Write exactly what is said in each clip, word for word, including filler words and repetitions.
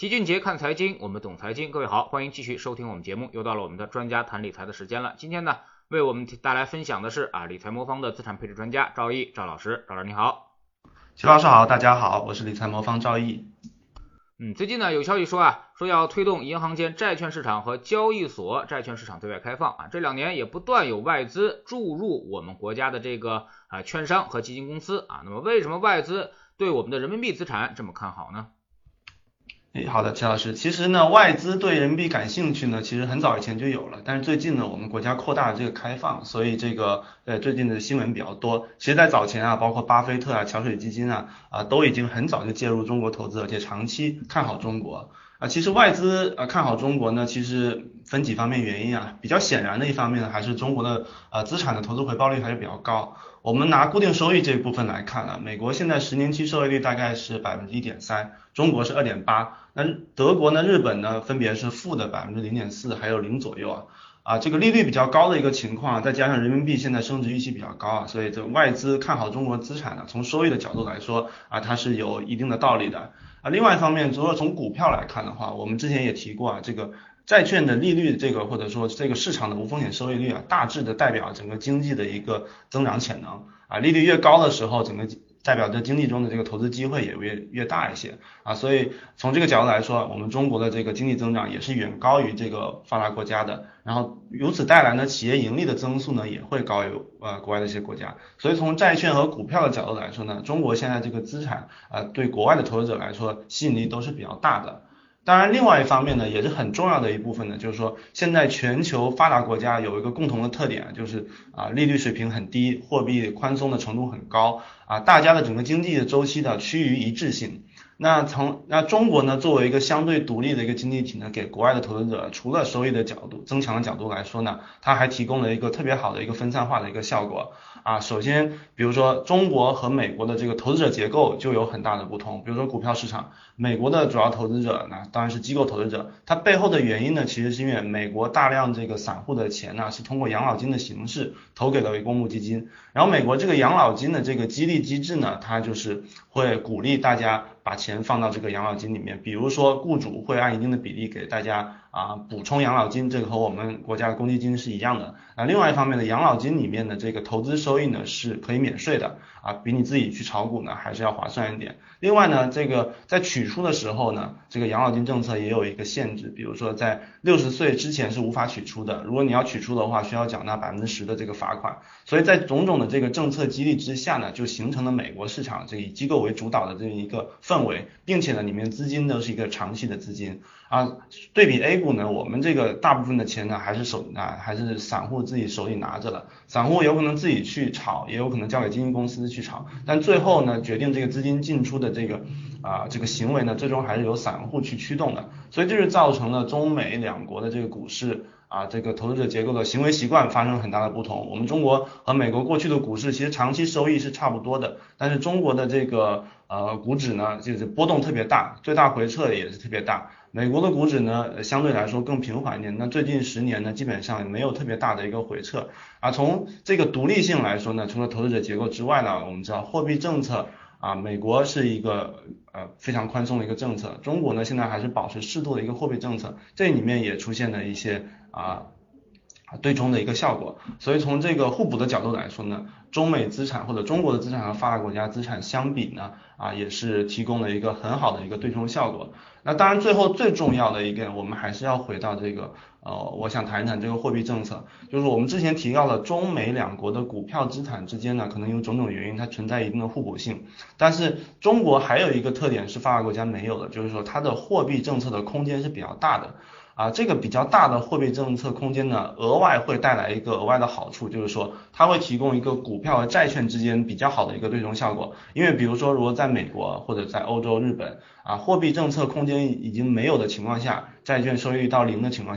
齐俊杰看财经，我们懂财经。各位好，欢迎继续收听我们节目，又到了我们的专家谈理财的时间了。今天呢，为我们带来分享的是啊理财魔方的资产配置专家赵毅赵老师。赵老师你好。 齐老师好，大家好，我是理财魔方赵毅。 嗯，最近呢有消息说啊，说要推动银行间债券市场和交易所债券市场对外开放啊。这两年也不断有外资注入我们国家的这个啊券商和基金公司啊。那么为什么外资对我们的人民币资产这么看好呢？ 诶，好的，齐老师，其实呢，外资对人民币感兴趣呢，其实很早以前就有了，但是最近呢，我们国家扩大了这个开放，所以这个呃最近的新闻比较多。其实，在早前啊，包括巴菲特啊、桥水基金啊啊，都已经很早就介入中国投资，而且长期看好中国啊。其实外资啊看好中国呢，其实分几方面原因啊，比较显然的一方面呢，还是中国的呃资产的投资回报率还是比较高。我们拿固定收益这一部分来看啊，美国现在十年期收益率大概是百分之一点三，中国是二点八，那德国呢、日本呢分别是负的百分之零点四，还有零左右啊。啊，这个利率比较高的一个情况，再加上人民币现在升值预期比较高啊，所以这外资看好中国资产呢，从收益的角度来说啊，它是有一定的道理的啊。另外一方面，如果从股票来看的话，我们之前也提过啊，这个债券的利率这个或者说这个市场的无风险收益率啊，大致的代表整个经济的一个增长潜能啊，利率越高的时候，整个代表着经济中的这个投资机会也越越大一些啊，所以从这个角度来说，我们中国的这个经济增长也是远高于这个发达国家的，然后由此带来呢，企业盈利的增速呢也会高于呃国外的一些国家，所以从债券和股票的角度来说呢，中国现在这个资产呃对国外的投资者来说吸引力都是比较大的。当然，另外一方面呢，也是很重要的一部分呢，就是说，现在全球发达国家有一个共同的特点，就是啊，利率水平很低，货币宽松的程度很高啊，大家的整个经济的周期的趋于一致性。那从那中国呢，作为一个相对独立的一个经济体呢，给国外的投资者除了收益的角度增强的角度来说呢，它还提供了一个特别好的一个分散化的一个效果啊。首先，比如说中国和美国的这个投资者结构就有很大的不同，比如说股票市场，美国的主要投资者呢，当然是机构投资者，它背后的原因呢，其实是因为美国大量这个散户的钱呢，是通过养老金的形式投给了公募基金，然后美国这个养老金的这个激励机制呢，它就是会鼓励大家把钱放到这个养老金里面，比如说雇主会按一定的比例给大家啊补充养老金，这个和我们国家的公积金是一样的啊。另外一方面呢，养老金里面的这个投资收益呢是可以免税的啊，比你自己去炒股呢还是要划算一点。另外呢，这个在取出的时候呢，这个养老金政策也有一个限制，比如说在六十岁之前是无法取出的，如果你要取出的话，需要缴纳百分之十的这个罚款。所以在种种的这个政策激励之下呢，就形成了美国市场这个以机构为主导的这么一个氛围，并且呢，里面资金都是一个长期的资金啊。对比 A 股呢，我们这个大部分的钱呢还是手啊还是散户自己手里拿着的，散户有可能自己去炒，也有可能交给基金公司去炒，但最后呢，决定这个资金进出的这个啊这个行为呢，最终还是由散户去驱动的，所以这就造成了中美两国的这个股市啊，这个投资者结构的行为习惯发生很大的不同。我们中国和美国过去的股市其实长期收益是差不多的，但是中国的这个呃股指呢，就是波动特别大，最大回撤也是特别大。美国的股指呢，相对来说更平缓一点。那最近十年呢，基本上也没有特别大的一个回撤啊。从这个独立性来说呢，除了投资者结构之外呢，我们知道货币政策啊，美国是一个呃非常宽松的一个政策，中国呢现在还是保持适度的一个货币政策，这里面也出现了一些啊对冲的一个效果，所以从这个互补的角度来说呢，中美资产或者中国的资产和发达国家资产相比呢，啊也是提供了一个很好的一个对冲效果。那当然最后最重要的一个，我们还是要回到这个呃，我想谈一谈这个货币政策，就是我们之前提到了中美两国的股票资产之间呢，可能有种种原因它存在一定的互补性，但是中国还有一个特点是发达国家没有的，就是说它的货币政策的空间是比较大的。啊，这个比较大的货币政策空间呢，额外会带来一个额外的好处，就是说它会提供一个股票和债券之间比较好的一个对冲效果。因为比如说，如果在美国或者在欧洲、日本啊，货币政策空间已经没有的情况下，债券收益率到零的情况下，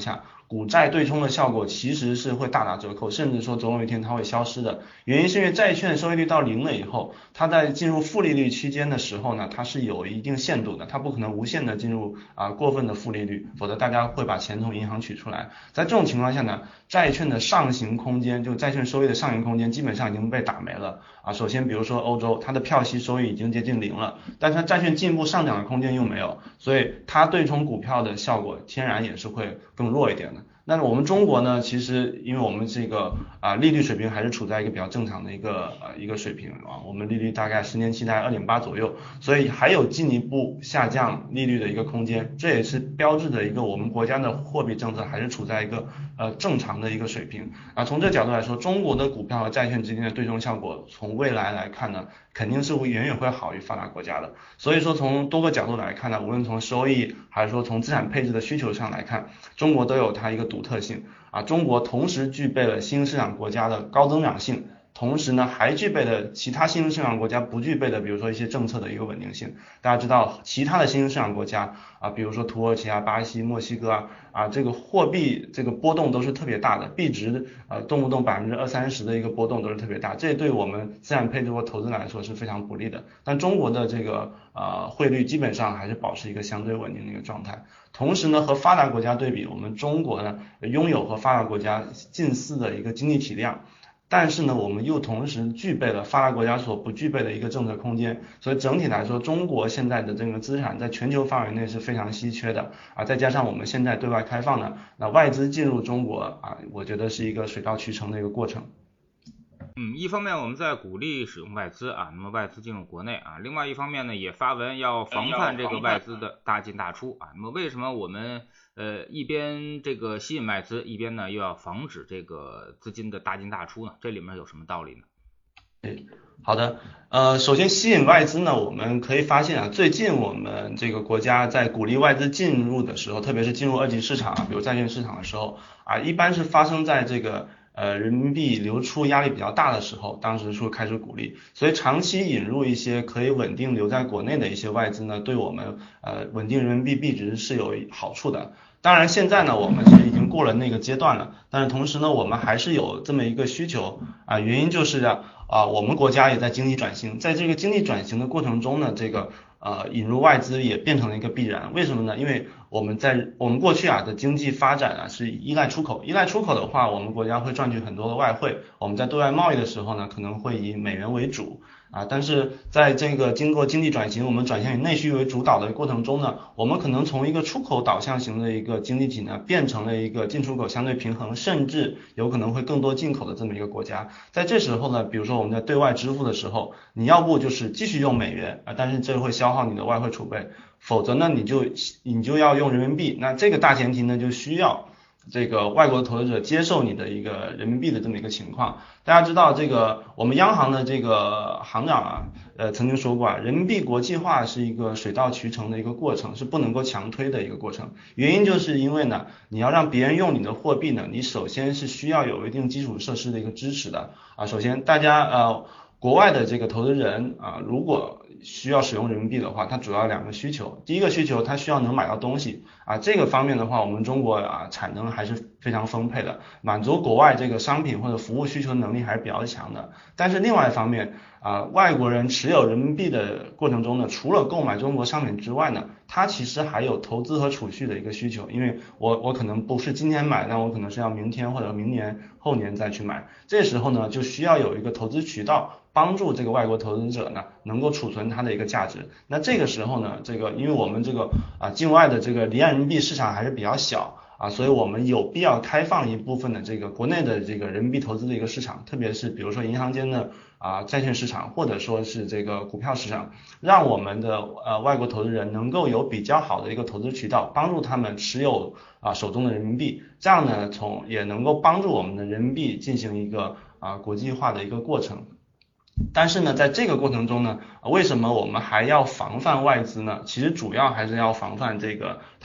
股债对冲的效果其实是会大打折扣，甚至说总有一天它会消失的。原因是因为债券收益率到零了以后，它在进入负利率区间的时候呢，它是有一定限度的，它不可能无限的进入啊过分的负利率，否则大家会把钱从银行取出来。在这种情况下呢，债券的上行空间，就债券收益的上行空间基本上已经被打没了啊。首先比如说欧洲，它的票息收益已经接近零了，但是它债券进一步上涨的空间又没有，所以它对冲股票的效果天然也是会更弱一点的。那我们中国呢，其实因为我们这个啊利率水平还是处在一个比较正常的一个呃一个水平啊，我们利率大概十年期大概二点八左右，所以还有进一步下降利率的一个空间，这也是标志着一个我们国家的货币政策还是处在一个呃正常的一个水平啊。从这角度来说，中国的股票和债券之间的对冲效果，从未来来看呢，肯定是会远远会好于发达国家的。所以说从多个角度来看呢，无论从收益还是说从资产配置的需求上来看，中国都有它一个独特性啊。中国同时具备了新兴市场国家的高增长性，同时呢还具备了其他新兴市场国家不具备的，比如说一些政策的一个稳定性。大家知道其他的新兴市场国家啊，比如说土耳其啊、巴西、墨西哥啊啊，这个货币这个波动都是特别大的，币值呃动不动百分之二三十的一个波动都是特别大，这对我们资产配置或投资来说是非常不利的。但中国的这个呃汇率基本上还是保持一个相对稳定的一个状态。同时呢，和发达国家对比，我们中国呢拥有和发达国家近似的一个经济体量，但是呢，我们又同时具备了发达国家所不具备的一个政策空间，所以整体来说，中国现在的这个资产在全球范围内是非常稀缺的啊。再加上我们现在对外开放呢，那外资进入中国啊，我觉得是一个水到渠成的一个过程。 嗯，一方面我们在鼓励使用外资啊，那么外资进入国内啊，另外一方面呢，也发文要防范这个外资的大进大出啊。那么为什么我们呃一边这个吸引外资，一边呢又要防止这个资金的大进大出呢？这里面有什么道理呢？ 对，好的，呃，首先吸引外资呢，我们可以发现啊，最近我们这个国家在鼓励外资进入的时候，特别是进入二级市场，比如债券市场的时候啊，一般是发生在这个呃人民币流出压力比较大的时候，当时说开始鼓励，所以长期引入一些可以稳定留在国内的一些外资呢，对我们呃稳定人民币币值是有好处的。当然现在呢，我们是已经过了那个阶段了，但是同时呢，我们还是有这么一个需求啊，原因就是啊，我们国家也在经济转型，在这个经济转型的过程中呢，这个呃引入外资也变成了一个必然。为什么呢？因为我们在我们过去啊的经济发展啊是依赖出口，依赖出口的话，我们国家会赚取很多的外汇，我们在对外贸易的时候呢，可能会以美元为主。啊，但是在这个经过经济转型，我们转向以内需为主导的过程中呢，我们可能从一个出口导向型的一个经济体呢，变成了一个进出口相对平衡，甚至有可能会更多进口的这么一个国家。在这时候呢，比如说我们在对外支付的时候，你要不就是继续用美元啊，但是这会消耗你的外汇储备，否则呢，你就你就要用人民币。那这个大前提呢，就需要这个外国投资者接受你的一个人民币的这么一个情况。大家知道这个我们央行的这个行长啊，呃曾经说过啊，人民币国际化是一个水到渠成的一个过程，是不能够强推的一个过程。原因就是因为呢，你要让别人用你的货币呢，你首先是需要有一定基础设施的一个支持的啊。首先大家呃国外的这个投资人啊，如果需要使用人民币的话，它主要两个需求。第一个需求，它需要能买到东西啊，这个方面的话，我们中国啊产能还是非常丰沛的，满足国外这个商品或者服务需求能力还是比较强的。但是另外一方面啊，外国人持有人民币的过程中呢，除了购买中国商品之外呢，它其实还有投资和储蓄的一个需求，因为我我可能不是今天买，那我可能是要明天或者明年后年再去买，这时候呢就需要有一个投资渠道，帮助这个外国投资者呢能够储存它的一个价值。那这个时候呢，这个因为我们这个啊境外的这个离岸人民币市场还是比较小啊，所以我们有必要开放一部分的这个国内的这个人民币投资的一个市场，特别是比如说银行间的啊债券市场，或者说是这个股票市场，让我们的呃外国投资人能够有比较好的一个投资渠道，帮助他们持有啊手中的人民币，这样呢从也能够帮助我们的人民币进行一个啊国际化的一个过程。但是呢，在这个过程中呢，为什么我们还要防范外资呢？其实主要还是要防范这个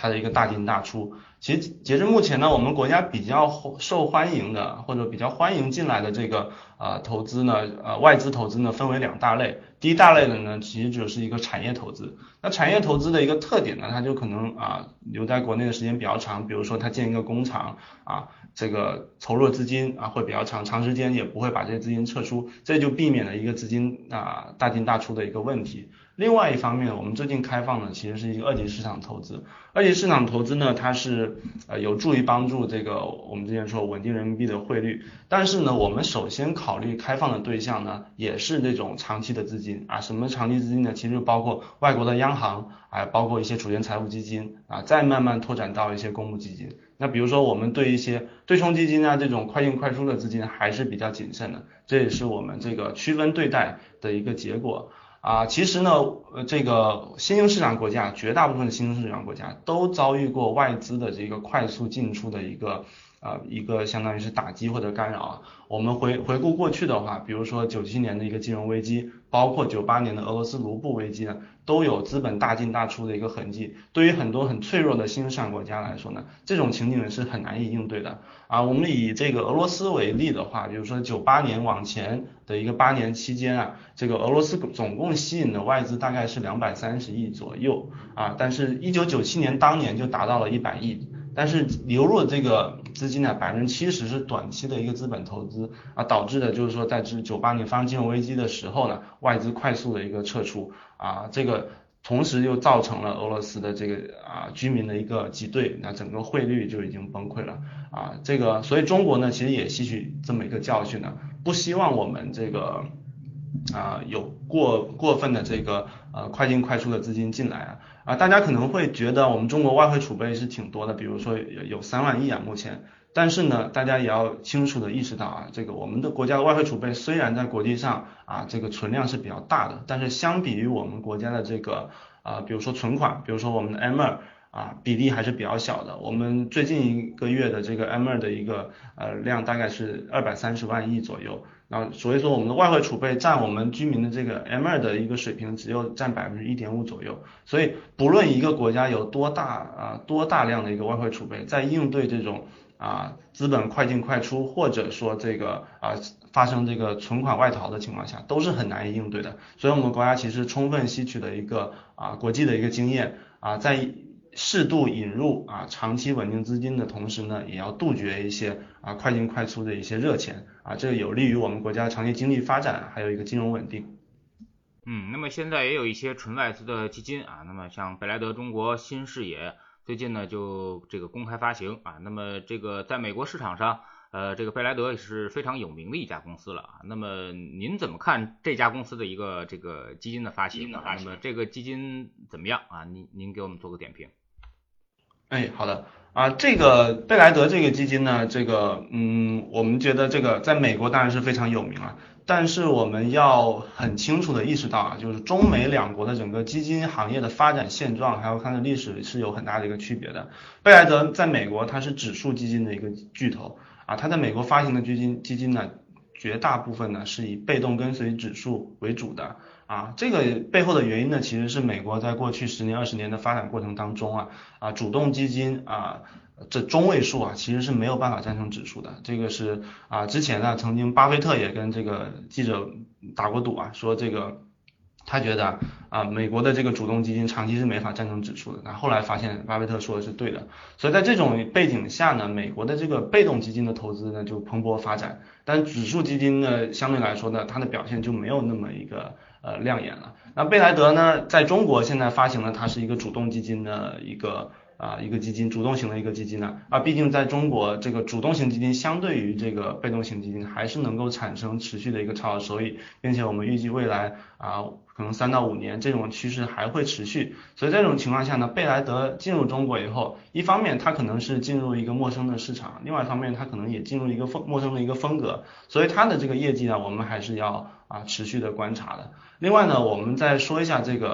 它的一个大进大出。其实截至目前呢，我们国家比较受欢迎的或者比较欢迎进来的这个呃投资呢，呃外资投资呢分为两大类。第一大类的呢，其实就是一个产业投资。那产业投资的一个特点呢，它就可能啊留在国内的时间比较长，比如说它建一个工厂啊，这个投入资金啊会比较长，长时间也不会把这些资金撤出，这就避免了一个资金啊大进大出的一个问题。另外一方面，我们最近开放的其实是一个二级市场投资。二级市场投资呢，它是呃有助于帮助这个我们之前说稳定人民币的汇率，但是呢，我们首先考虑开放的对象呢，也是这种长期的资金啊。什么长期资金呢？其实包括外国的央行啊，包括一些主权财富基金啊，再慢慢拓展到一些公募基金。那比如说我们对一些对冲基金啊这种快进快出的资金还是比较谨慎的，这也是我们这个区分对待的一个结果。啊，其实呢，呃，这个新兴市场国家，绝大部分的新兴市场国家都遭遇过外资的这个快速进出的一个呃一个相当于是打击或者干扰啊。我们回回顾过去的话，比如说九七年的一个金融危机，包括九八年的俄罗斯卢布危机呢，都有资本大进大出的一个痕迹。对于很多很脆弱的新兴市场国家来说呢，这种情景是很难以应对的啊。我们以这个俄罗斯为例的话，比如说九八年往前的一个八年期间啊，这个俄罗斯总共吸引的外资大概是两百三十亿左右啊，但是一九九七年当年就达到了一百亿。但是流入的这个资金呢，百分之七十是短期的一个资本投资啊，导致的就是说在这九八年发生金融危机的时候呢，外资快速的一个撤出啊，这个同时又造成了俄罗斯的这个啊居民的一个挤兑，那整个汇率就已经崩溃了啊，这个所以中国呢其实也吸取这么一个教训呢，不希望我们这个啊有过过分的这个呃快进快出的资金进来啊。啊，大家可能会觉得我们中国外汇储备是挺多的，比如说有有三万亿啊，目前，但是呢，大家也要清楚的意识到啊，这个我们的国家的外汇储备虽然在国际上啊这个存量是比较大的，但是相比于我们国家的这个啊，比如说存款，比如说我们的 M 二啊，比例还是比较小的。我们最近一个月的这个 M 二的一个呃量大概是二百三十万亿左右。然后所以说我们的外汇储备占我们居民的这个 M 二的一个水平只有占百分之一点五左右，所以不论一个国家有多大啊多大量的一个外汇储备，在应对这种啊资本快进快出或者说这个啊发生这个存款外逃的情况下，都是很难以应对的。所以我们国家其实充分吸取了一个啊国际的一个经验啊，在适度引入啊长期稳定资金的同时呢，也要杜绝一些啊快进快出的一些热钱啊，这个有利于我们国家长期经济发展，还有一个金融稳定。 嗯，那么现在也有一些纯外资的基金啊，那么像贝莱德中国新视野最近呢就这个公开发行啊，那么这个在美国市场上呃这个贝莱德也是非常有名的一家公司了啊，那么您怎么看这家公司的一个这个基金的发行啊？那么这个基金怎么样啊？您您给我们做个点评。 哎，好的啊，这个贝莱德这个基金呢，这个嗯，我们觉得这个在美国当然是非常有名了，但是我们要很清楚的意识到啊，就是中美两国的整个基金行业的发展现状，还有它的历史是有很大的一个区别的。贝莱德在美国它是指数基金的一个巨头啊，它在美国发行的基金基金呢，绝大部分呢是以被动跟随指数为主的。啊，这个背后的原因呢，其实是美国在过去十年、二十年的发展过程当中啊，啊，主动基金啊，这中位数啊，其实是没有办法战胜指数的。这个是啊，之前呢，曾经巴菲特也跟这个记者打过赌啊，说这个他觉得啊，美国的这个主动基金长期是没法战胜指数的。那后来发现巴菲特说的是对的，所以在这种背景下呢，美国的这个被动基金的投资呢就蓬勃发展，但指数基金呢相对来说呢，它的表现就没有那么一个呃亮眼了。那贝莱德呢，在中国现在发行了，它是一个主动基金的一个啊一个基金，主动型的一个基金呢啊，毕竟在中国这个主动型基金相对于这个被动型基金还是能够产生持续的一个超额收益，并且我们预计未来啊可能三到五年这种趋势还会持续。所以在这种情况下呢，贝莱德进入中国以后，一方面它可能是进入一个陌生的市场，另外一方面它可能也进入一个风陌生的一个风格，所以它的这个业绩呢，我们还是要啊持续的观察的。另外呢，我们再说一下这个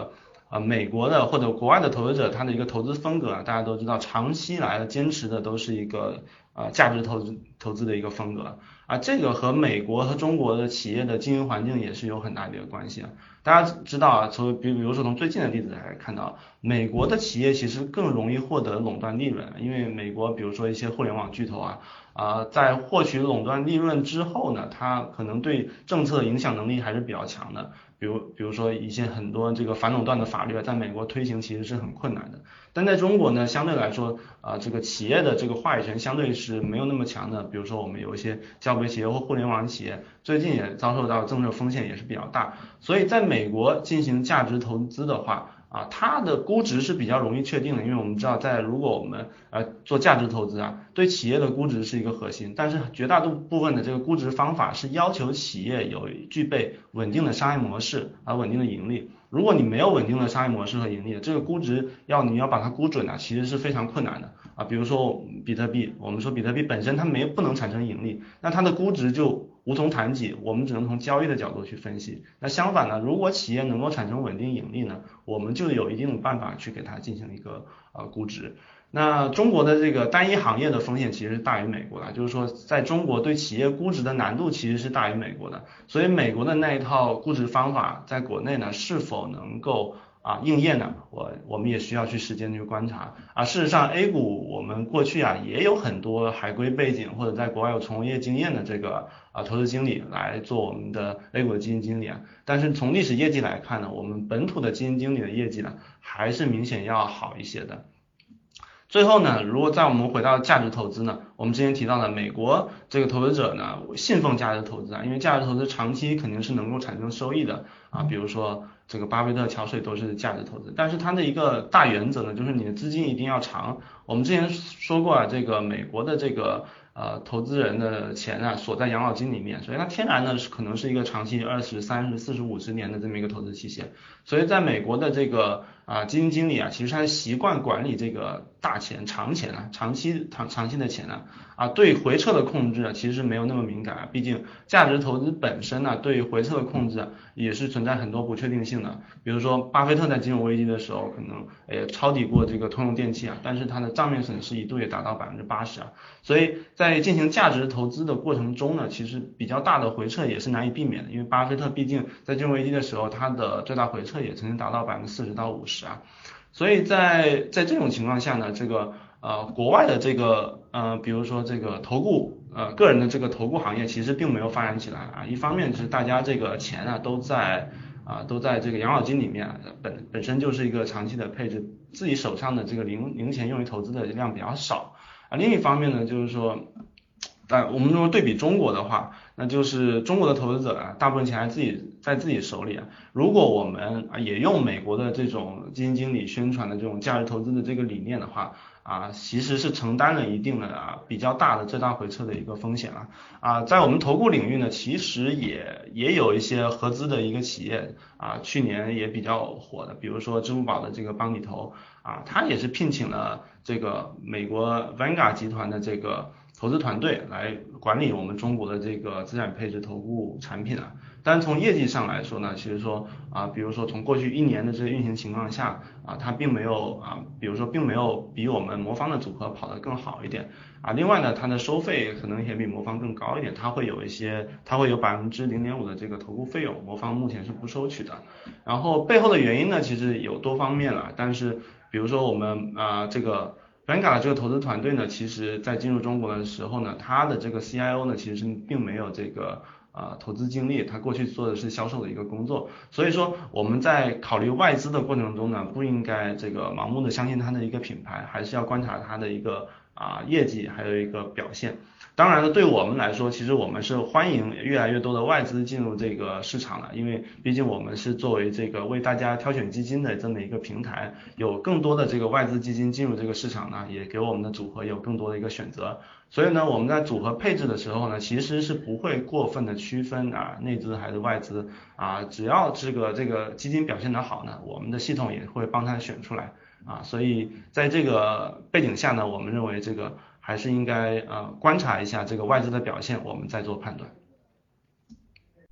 呃美国的或者国外的投资者他的一个投资风格啊，大家都知道，长期来坚持的都是一个呃价值投资投资的一个风格啊，这个和美国和中国的企业的经营环境也是有很大的一个关系啊。大家知道啊，从比比如说从最近的例子来看到，美国的企业其实更容易获得垄断利润，因为美国比如说一些互联网巨头啊。啊、呃，在获取垄断利润之后呢，它可能对政策影响能力还是比较强的。比如，比如说一些很多这个反垄断的法律啊，在美国推行其实是很困难的。但在中国呢，相对来说，啊、呃，这个企业的这个话语权相对是没有那么强的。比如说，我们有一些教培企业或互联网企业，最近也遭受到政策风险也是比较大。所以，在美国进行价值投资的话，啊，它的估值是比较容易确定的，因为我们知道，在如果我们呃做价值投资啊，对企业的估值是一个核心，但是绝大多部分的这个估值方法是要求企业有具备稳定的商业模式和稳定的盈利。如果你没有稳定的商业模式和盈利，这个估值要你要把它估准啊，其实是非常困难的啊。比如说比特币，我们说比特币本身它没不能产生盈利，那它的估值就无从谈起，我们只能从交易的角度去分析。那相反呢，如果企业能够产生稳定盈利呢，我们就有一定的办法去给它进行一个呃估值。那中国的这个单一行业的风险其实大于美国的，就是说在中国对企业估值的难度其实是大于美国的，所以美国的那一套估值方法在国内呢是否能够啊应验呢？我我们也需要去时间去观察啊。事实上 A 股我们过去啊也有很多海归背景或者在国外有从业经验的这个啊投资经理来做我们的 A 股的基金经理啊，但是从历史业绩来看呢，我们本土的基金经理的业绩呢还是明显要好一些的。最后呢，如果在我们回到价值投资呢，我们之前提到的美国这个投资者呢信奉价值投资啊，因为价值投资长期肯定是能够产生收益的啊，比如说这个巴菲特、乔水都是价值投资，但是它的一个大原则呢，就是你的资金一定要长。我们之前说过啊，这个美国的这个呃投资人的钱啊锁在养老金里面，所以它天然呢是可能是一个长期二十三十四十五十年的这么一个投资期限，所以在美国的这个啊基金经理啊，其实他习惯管理这个大钱、长钱啊、长期长长期的钱啊，啊对回撤的控制啊其实是没有那么敏感啊，毕竟价值投资本身呢、啊、对回撤的控制啊也是存在很多不确定性的，比如说巴菲特在金融危机的时候可能也抄底过这个通用电气啊，但是它的账面损失一度也达到百分之八十啊，所以在进行价值投资的过程中呢，其实比较大的回撤也是难以避免的，因为巴菲特毕竟在金融危机的时候，他的最大回撤也曾经达到百分之四十到五十啊，所以在在这种情况下呢，这个呃国外的这个呃比如说这个投顾呃个人的这个投顾行业其实并没有发展起来啊，一方面是大家这个钱啊都在啊都在这个养老金里面，本本身就是一个长期的配置，自己手上的这个零零钱用于投资的量比较少啊，另一方面呢就是说。但我们如果对比中国的话，那就是中国的投资者啊，大部分钱还自己在自己手里啊。如果我们啊也用美国的这种基金经理宣传的这种价值投资的这个理念的话，啊，其实是承担了一定的啊比较大的最大回撤的一个风险了啊。在我们投顾领域呢，其实也也有一些合资的一个企业啊，去年也比较火的，比如说支付宝的这个帮你投啊，它也是聘请了这个美国 Vanguard 集团的这个投资团队来管理我们中国的这个资产配置投顾产品啊，但从业绩上来说呢，其实说啊，比如说从过去一年的这个运行情况下啊，它并没有啊，比如说并没有比我们魔方的组合跑得更好一点啊。另外呢，它的收费可能也比魔方更高一点，它会有一些，它会有百分之零点五的这个投顾费用，魔方目前是不收取的。然后背后的原因呢，其实有多方面了，但是比如说我们啊这个。Vanguard 的这个投资团队呢，其实在进入中国的时候呢，他的这个 C I O 呢，其实并没有这个呃投资经历，他过去做的是销售的一个工作，所以说我们在考虑外资的过程中呢，不应该这个盲目的相信它的一个品牌，还是要观察它的一个啊业绩还有一个表现。当然了，对我们来说，其实我们是欢迎越来越多的外资进入这个市场的，因为毕竟我们是作为这个为大家挑选基金的这么一个平台，有更多的这个外资基金进入这个市场呢，也给我们的组合有更多的一个选择。所以呢，我们在组合配置的时候呢，其实是不会过分的区分啊内资还是外资啊，只要这个这个基金表现得好呢，我们的系统也会帮它选出来啊。所以在这个背景下呢，我们认为这个。还是应该呃观察一下这个外资的表现，我们再做判断。 嗯，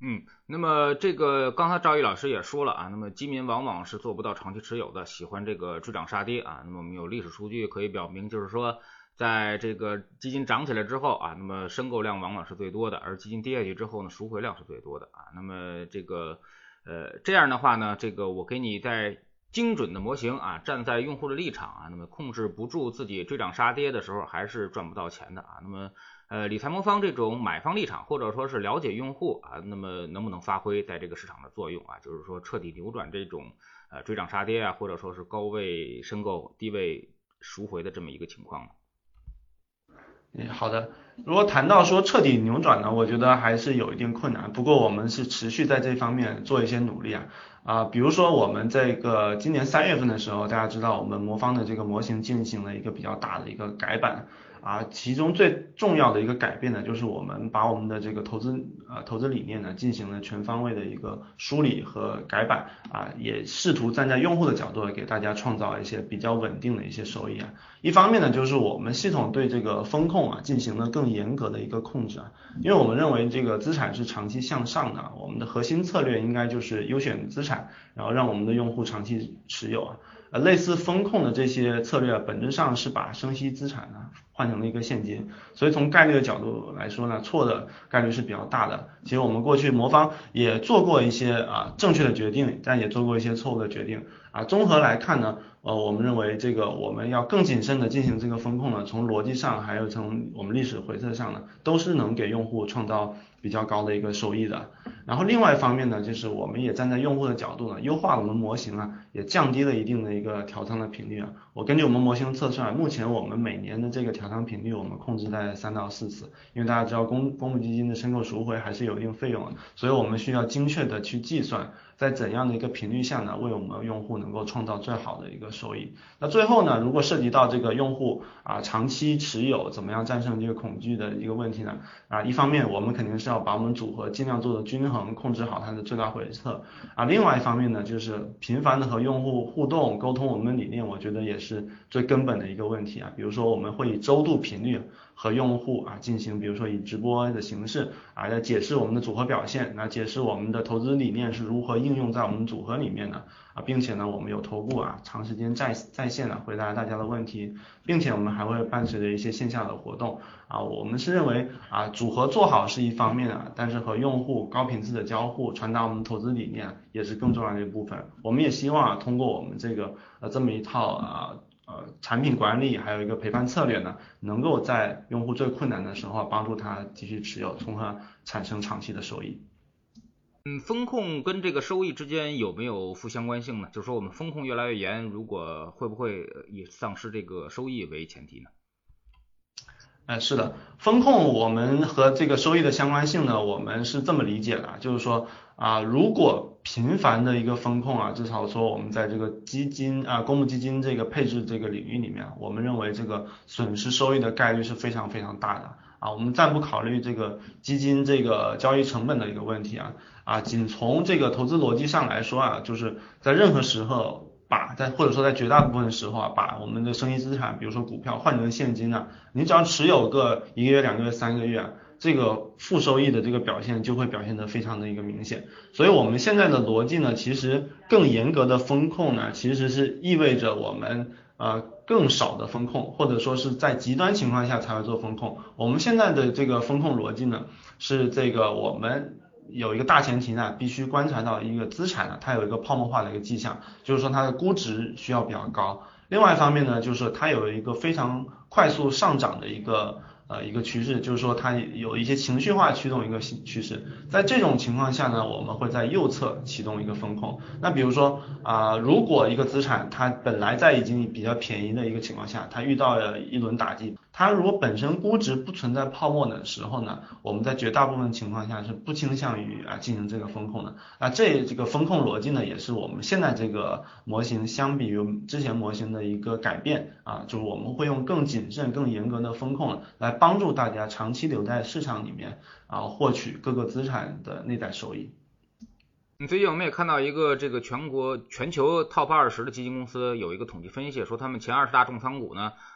那么这个刚才赵毅老师也说了啊，那么基民往往是做不到长期持有的，喜欢这个追涨杀跌啊。那么我们有历史数据可以表明，就是说在这个基金涨起来之后啊，那么申购量往往是最多的，而基金跌下去之后呢，赎回量是最多的啊。那么这个呃这样的话呢，这个我给你在精准的模型啊，站在用户的立场啊，那么控制不住自己追涨杀跌的时候，还是赚不到钱的啊。那么呃，理财魔方这种买方立场，或者说是了解用户啊，那么能不能发挥在这个市场的作用啊？就是说彻底扭转这种呃追涨杀跌啊，或者说是高位申购、低位赎回的这么一个情况呢？ 嗯，好的。如果谈到说彻底扭转呢，我觉得还是有一定困难。不过我们是持续在这方面做一些努力啊。啊、比如说我们这个今年三月份的时候，大家知道我们魔方的这个模型进行了一个比较大的一个改版。啊，其中最重要的一个改变呢，就是我们把我们的这个投资呃投资理念呢进行了全方位的一个梳理和改版啊，也试图站在用户的角度给大家创造一些比较稳定的一些收益啊。一方面呢，就是我们系统对这个风控啊进行了更严格的一个控制啊，因为我们认为这个资产是长期向上的，我们的核心策略应该就是优选资产，然后让我们的用户长期持有啊。呃，类似风控的这些策略，本质上是把生息资产呢换成了一个现金，所以从概率的角度来说呢，错的概率是比较大的。其实我们过去魔方也做过一些啊正确的决定，但也做过一些错误的决定啊。综合来看呢，呃，我们认为这个我们要更谨慎的进行这个风控呢，从逻辑上还有从我们历史回测上呢，都是能给用户创造比较高的一个收益的。然后另外一方面呢，就是我们也站在用户的角度呢，优化我们模型啊，也降低了一定的一个调仓的频率啊。我根据我们模型测算，目前我们每年的这个调仓频率，我们控制在三到四次，因为大家知道公公募基金的申购赎回还是有一定费用的，所以我们需要精确的去计算，在怎样的一个频率下呢，为我们用户能够创造最好的一个收益。那最后呢，如果涉及到这个用户啊长期持有，怎么样战胜这个恐惧的一个问题呢？啊，一方面我们肯定是要把我们组合尽量做的均衡，控制好它的最大回撤啊。另外一方面呢，就是频繁的和用户互动沟通我们的理念，我觉得也是最根本的一个问题啊。比如说我们会以周度频率和用户啊进行，比如说以直播的形式啊来解释我们的组合表现，来解释我们的投资理念是如何应用在我们组合里面的啊，并且呢我们有头部啊长时间在在线的回答大家的问题，并且我们还会伴随着一些线下的活动啊。我们是认为啊组合做好是一方面啊，但是和用户高频次的交互，传达我们投资理念也是更重要的一部分。我们也希望啊通过我们这个呃这么一套啊呃产品管理还有一个陪伴策略呢，能够在用户最困难的时候帮助他继续持有，从而产生长期的收益。 嗯，风控跟这个收益之间有没有负相关性呢？就是说我们风控越来越严，如果会不会以丧失这个收益为前提呢？ 哎，是的，风控我们和这个收益的相关性呢，我们是这么理解的，就是说啊，如果频繁的一个风控啊，至少说我们在这个基金啊，公募基金这个配置这个领域里面，我们认为这个损失收益的概率是非常非常大的啊。我们暂不考虑这个基金这个交易成本的一个问题啊啊，仅从这个投资逻辑上来说啊，就是在任何时候。把在或者说在绝大部分时候啊，把我们的生意资产，比如说股票换成现金呢，你只要持有个一个月、两个月、三个月，这个负收益的这个表现就会表现得非常的一个明显。所以我们现在的逻辑呢，其实更严格的风控呢，其实是意味着我们呃更少的风控，或者说是在极端情况下才会做风控。我们现在的这个风控逻辑呢，是这个我们。有一个大前提呢，必须观察到一个资产呢，它有一个泡沫化的一个迹象，就是说它的估值需要比较高。另外一方面呢，就是它有一个非常快速上涨的一个呃一个趋势，就是说它有一些情绪化驱动一个趋势。在这种情况下呢，我们会在右侧启动一个风控。那比如说啊、呃，如果一个资产它本来在已经比较便宜的一个情况下，它遇到了一轮打击。它如果本身估值不存在泡沫的时候呢，我们在绝大部分情况下是不倾向于啊进行这个风控的。啊，这这个风控逻辑呢，也是我们现在这个模型相比于之前模型的一个改变啊，就是我们会用更谨慎、更严格的风控来帮助大家长期留在市场里面啊，获取各个资产的内在收益。 嗯，最近我们也看到一个这个全国全球 top 二十的基金公司有一个统计分析，说他们前二十大重仓股呢，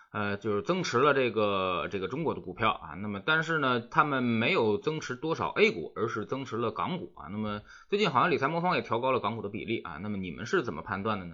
呃，就是增持了这个这个中国的股票啊，那么但是呢，他们没有增持多少 A 股，而是增持了港股啊。那么最近好像理财魔方也调高了港股的比例啊，那么你们是怎么判断的呢？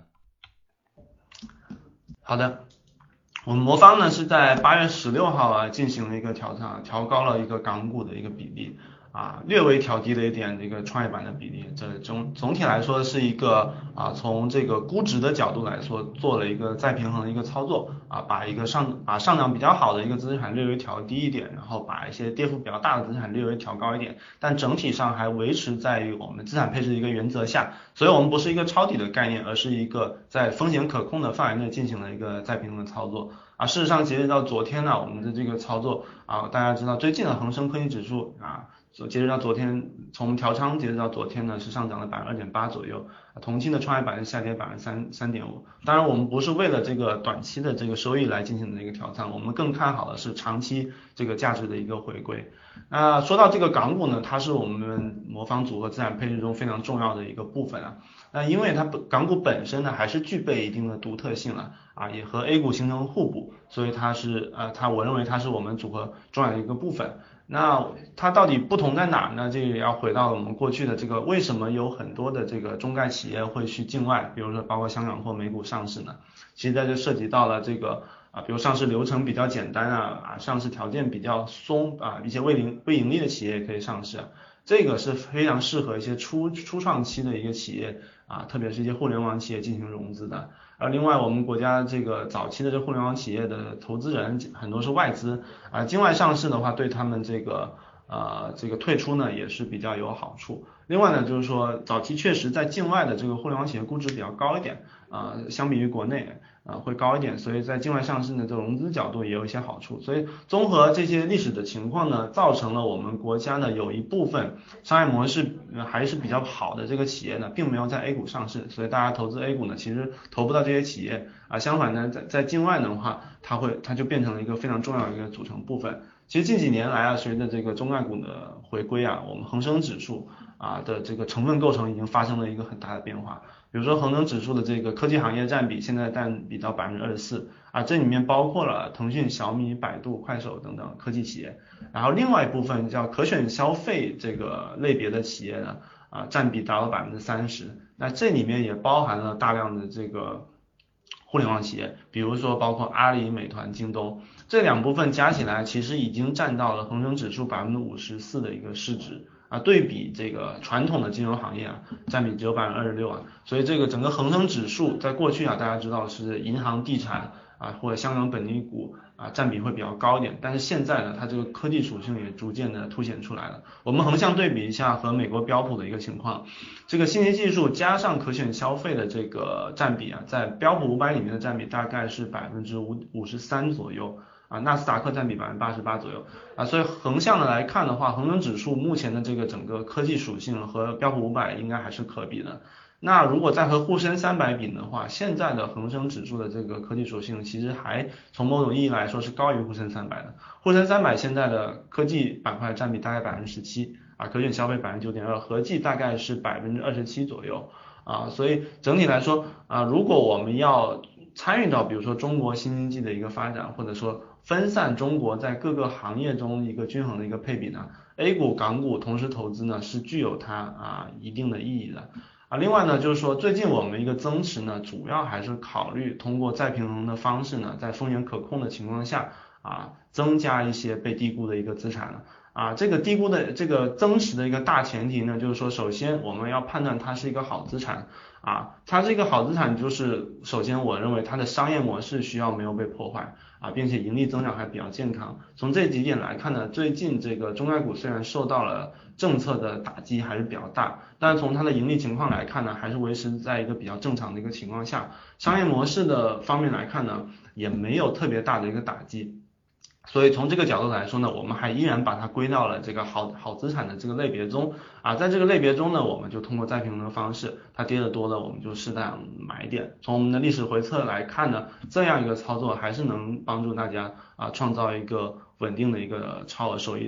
好的，我们魔方呢是在八月十六号啊进行了一个调整，调高了一个港股的一个比例。啊，略微调低了一点这个创业板的比例，这总总体来说是一个啊，从这个估值的角度来说，做了一个再平衡的一个操作啊，把一个上把上涨比较好的一个资产略微调低一点，然后把一些跌幅比较大的资产略微调高一点，但整体上还维持在于我们资产配置的一个原则下，所以我们不是一个抄底的概念，而是一个在风险可控的范围内进行了一个再平衡的操作。啊，事实上截止到昨天呢，我们的这个操作啊，大家知道最近的恒生科技指数啊。截止到昨天，从调仓截止到昨天呢，是上涨了百分之二点八左右，同期的创业板是下跌百分之三三点五。当然，我们不是为了这个短期的这个收益来进行的一个调仓，我们更看好的是长期这个价值的一个回归。那说到这个港股呢，它是我们魔方组合资产配置中非常重要的一个部分啊。那因为它港股本身呢还是具备一定的独特性了啊，也和 A 股形成互补，所以它是呃它我认为它是我们组合重要的一个部分。那它到底不同在哪呢？这个要回到我们过去的这个为什么有很多的这个中概企业会去境外，比如说包括香港或美股上市呢？其实在这涉及到了这个啊，比如上市流程比较简单啊，啊上市条件比较松啊，一些未盈未盈利的企业也可以上市啊，这个是非常适合一些初初创期的一个企业啊，特别是一些互联网企业进行融资的。而另外我们国家这个早期的这互联网企业的投资人很多是外资啊，境外上市的话对他们这个呃这个退出呢也是比较有好处。另外呢就是说早期确实在境外的这个互联网企业估值比较高一点啊，相比于国内啊会高一点，所以在境外上市呢这融资角度也有一些好处。所以综合这些历史的情况呢，造成了我们国家呢有一部分商业模式还是比较好的这个企业呢并没有在 A 股上市，所以大家投资 A 股呢其实投不到这些企业啊，相反呢在在境外的话它会它就变成了一个非常重要的一个组成部分。其实近几年来啊，随着这个中概股的回归啊，我们恒生指数啊的这个成分构成已经发生了一个很大的变化。比如说恒生指数的这个科技行业占比现在占比到百分之二十四啊，这里面包括了腾讯、小米、百度、快手等等科技企业。然后另外一部分叫可选消费这个类别的企业呢，啊占比达到百分之三十。那这里面也包含了大量的这个互联网企业，比如说包括阿里、美团、京东。这两部分加起来其实已经占到了恒生指数百分之五十四的一个市值啊，对比这个传统的金融行业啊，占比只有百分之二十六啊，所以这个整个恒生指数在过去啊，大家知道是银行、地产啊或者香港本地股啊占比会比较高一点，但是现在呢，它这个科技属性也逐渐的凸显出来了。我们横向对比一下和美国标普的一个情况，这个信息技术加上可选消费的这个占比啊，在标普五百里面的占比大概是百分之五五十三左右。啊，纳斯达克占比百分之八十八左右啊，所以横向的来看的话，恒生指数目前的这个整个科技属性和标普五百应该还是可比的。那如果再和沪深三百比的话，现在的恒生指数的这个科技属性其实还从某种意义来说是高于沪深三百的。沪深三百现在的科技板块占比大概百分之十七啊，可选消费百分之九点二，合计大概是百分之二十七左右啊，所以整体来说啊，如果我们要参与到比如说中国新经济的一个发展，或者说分散中国在各个行业中一个均衡的一个配比呢 ，A 股、港股同时投资呢是具有它啊一定的意义的啊。另外呢，就是说最近我们一个增持呢，主要还是考虑通过再平衡的方式呢，在风险可控的情况下啊，增加一些被低估的一个资产了。啊，这个低估的这个增持的一个大前提呢，就是说，首先我们要判断它是一个好资产啊，它是一个好资产，就是首先我认为它的商业模式需要没有被破坏啊，并且盈利增长还比较健康。从这几点来看呢，最近这个中概股虽然受到了政策的打击还是比较大，但是从它的盈利情况来看呢，还是维持在一个比较正常的一个情况下，商业模式的方面来看呢，也没有特别大的一个打击。所以从这个角度来说呢，我们还依然把它归到了这个好好资产的这个类别中啊，在这个类别中呢，我们就通过再平衡的方式，它跌得多了，我们就适当买点。从我们的历史回测来看呢，这样一个操作还是能帮助大家啊创造一个稳定的一个超额收益的。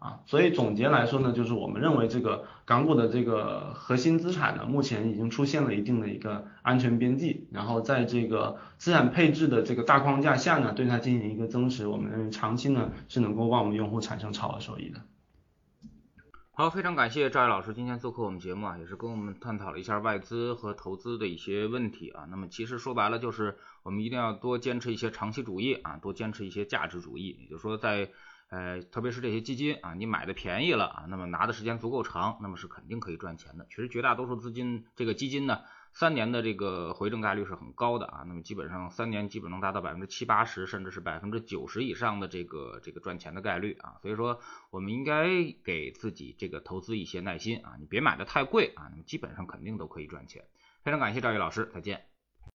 啊，所以总结来说呢，就是我们认为这个港股的这个核心资产呢，目前已经出现了一定的一个安全边际，然后在这个资产配置的这个大框架下呢，对它进行一个增持，我们认为长期呢是能够帮我们用户产生超额收益的。 好，非常感谢赵毅老师今天做客我们节目啊，也是跟我们探讨了一下外资和投资的一些问题啊。那么其实说白了就是我们一定要多坚持一些长期主义啊，多坚持一些价值主义，也就是说在呃特别是这些基金啊，你买的便宜了啊，那么拿的时间足够长，那么是肯定可以赚钱的。其实绝大多数资金这个基金呢，三年的这个回正概率是很高的啊，那么基本上三年基本能达到百分之七八十，甚至是百分之九十以上的这个这个赚钱的概率啊，所以说我们应该给自己这个投资一些耐心啊，你别买的太贵啊，那么基本上肯定都可以赚钱。非常感谢赵毅老师，再见。